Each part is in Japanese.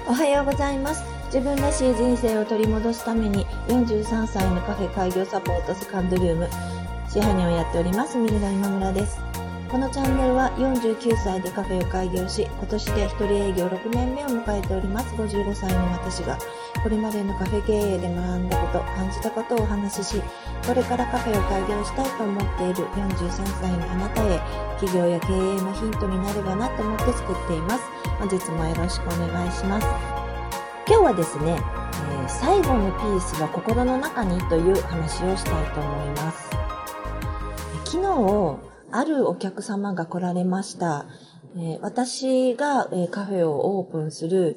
おはようございます。自分らしい人生を取り戻すために43歳のカフェ開業サポートセカンドルーム支配人をやっておりますミルダ今村です。このチャンネルは49歳でカフェを開業し、今年で一人営業6年目を迎えております55歳の私が、これまでのカフェ経営で学んだこと、感じたことをお話しし、これからカフェを開業したいと思っている43歳のあなたへ、企業や経営のヒントになればなと思って作っています。本日もよろしくお願いします。今日はですね、最後のピースは心の中にという話をしたいと思います。昨日、あるお客様が来られました。私がカフェをオープンする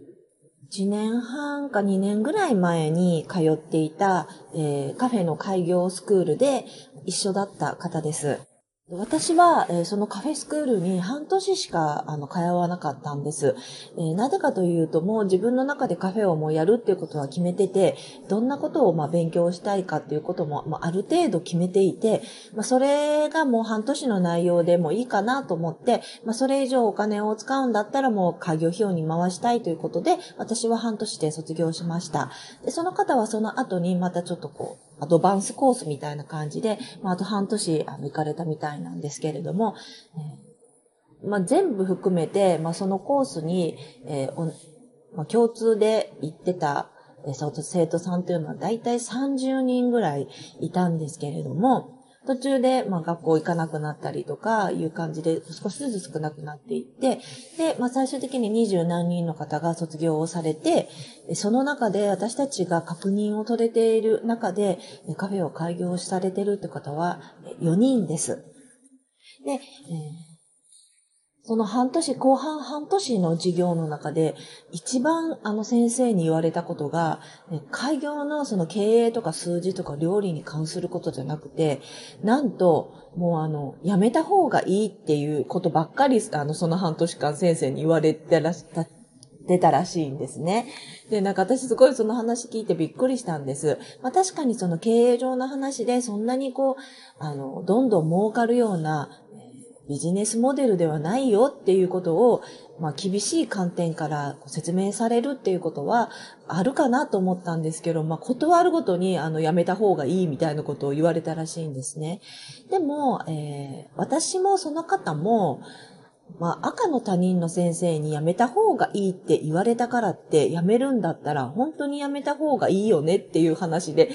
1年半か2年ぐらい前に通っていた、カフェの開業スクールで一緒だった方です。私は、そのカフェスクールに半年しか通わなかったんです。なぜかというと、もう自分の中でカフェをもうやるっていうことは決めてて、どんなことを勉強したいかっていうことも、ある程度決めていて、それがもう半年の内容でもいいかなと思って、それ以上お金を使うんだったらもう開業費用に回したいということで、私は半年で卒業しました。で、その方はその後にまたちょっとアドバンスコースみたいな感じで、あと半年行かれたみたいなんですけれども、全部含めて、そのコースに、共通で行ってた、生徒さんというのはだいたい30人ぐらいいたんですけれども、途中で、学校行かなくなったりとかいう感じで少しずつ少なくなっていって、で、最終的に20何人の方が卒業をされて、その中で私たちが確認を取れている中でカフェを開業されているって方は4人です。で、その後半半年の授業の中で、一番先生に言われたことが、開業のその経営とか数字とか料理に関することじゃなくて、なんと、もうやめた方がいいっていうことばっかり、その半年間先生に言われて出たらしいんですね。で、私すごいその話聞いてびっくりしたんです。確かにその経営上の話でそんなにどんどん儲かるようなビジネスモデルではないよっていうことを、厳しい観点から説明されるっていうことはあるかなと思ったんですけど、断るごとにやめた方がいいみたいなことを言われたらしいんですね。でも、私もその方も、赤の他人の先生に辞めた方がいいって言われたからって辞めるんだったら本当に辞めた方がいいよねっていう話で、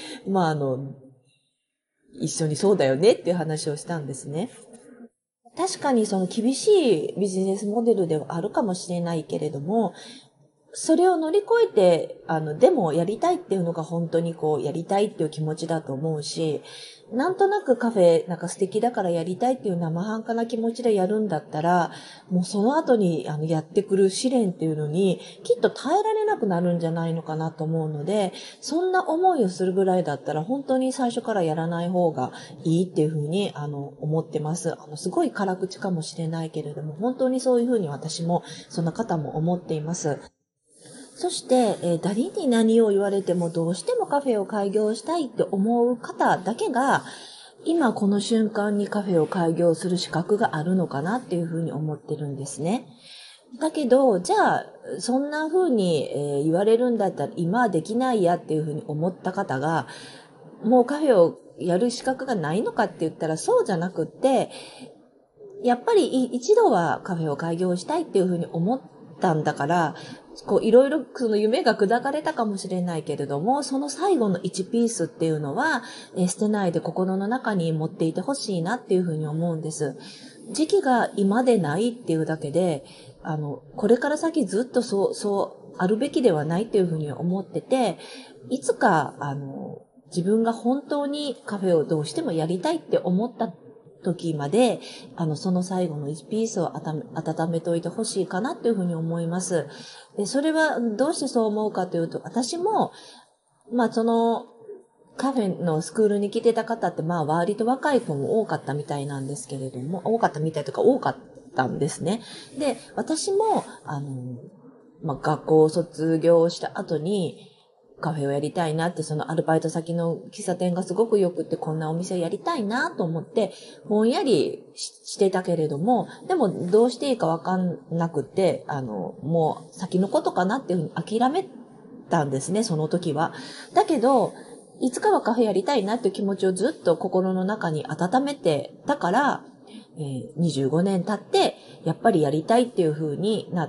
一緒にそうだよねっていう話をしたんですね。確かにその厳しいビジネスモデルではあるかもしれないけれども、それを乗り越えて、でもやりたいっていうのが本当にやりたいっていう気持ちだと思うし、なんとなくカフェ素敵だからやりたいっていう生半可な気持ちでやるんだったら、もうその後にやってくる試練っていうのに、きっと耐えられなくなるんじゃないのかなと思うので、そんな思いをするぐらいだったら本当に最初からやらない方がいいっていうふうに思ってます。すごい辛口かもしれないけれども、本当にそういうふうに私もその方も思っています。そして、誰に何を言われてもどうしてもカフェを開業したいって思う方だけが、今この瞬間にカフェを開業する資格があるのかなっていうふうに思ってるんですね。だけど、じゃあ、そんな風に、言われるんだったら今はできないやっていうふうに思った方が、もうカフェをやる資格がないのかって言ったらそうじゃなくって、やっぱり一度はカフェを開業したいっていうふうに思ったんだから、いろいろその夢が砕かれたかもしれないけれども、その最後の1ピースっていうのは、捨てないで心の中に持っていてほしいなっていうふうに思うんです。時期が今でないっていうだけで、これから先ずっとそうあるべきではないっていうふうに思ってて、いつか、自分が本当にカフェをどうしてもやりたいって思った時まで、その最後の1ピースを温めておいてほしいかなっていうふうに思います。で、それはどうしてそう思うかというと、私も、その、カフェのスクールに来てた方って、割と若い子も多かったみたいなんですけれども、多かったみたいとか多かったんですね。で、私も、学校を卒業した後に、 カフェをやりたいなって、そのアルバイト先の喫茶店がすごく良くって、こんなお店をやりたいなと思って、ぼんやりしてたけれども、でもどうしていいかわかんなくって、もう先のことかなっていうふうに諦めたんですね、その時は。だけど、いつかはカフェやりたいなっていう気持ちをずっと心の中に温めてたから、25年経って、やっぱりやりたいっていう風になって、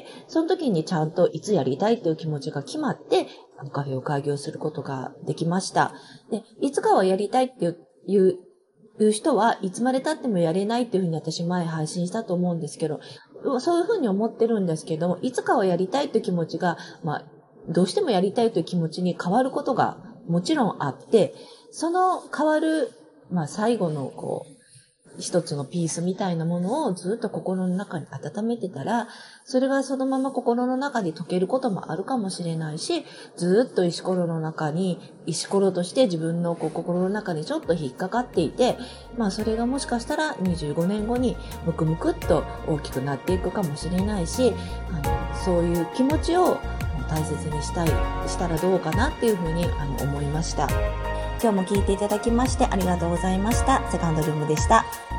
その時にちゃんといつやりたいっていう気持ちが決まって、カフェを開業することができました。で、いつかはやりたいっていう人はいつまで経ってもやれないっていう風に私前配信したと思うんですけど、そういう風に思ってるんですけども、いつかはやりたいっていう気持ちが、どうしてもやりたいという気持ちに変わることがもちろんあって、その変わる、最後の一つのピースみたいなものをずっと心の中に温めてたら、それがそのまま心の中に溶けることもあるかもしれないし、ずっと石ころとして自分の心の中にちょっと引っかかっていて、それがもしかしたら25年後にむくむくっと大きくなっていくかもしれないし、そういう気持ちを大切にしたらどうかなっていうふうに思いました。今日も聞いていただきましてありがとうございました。セカンドルームでした。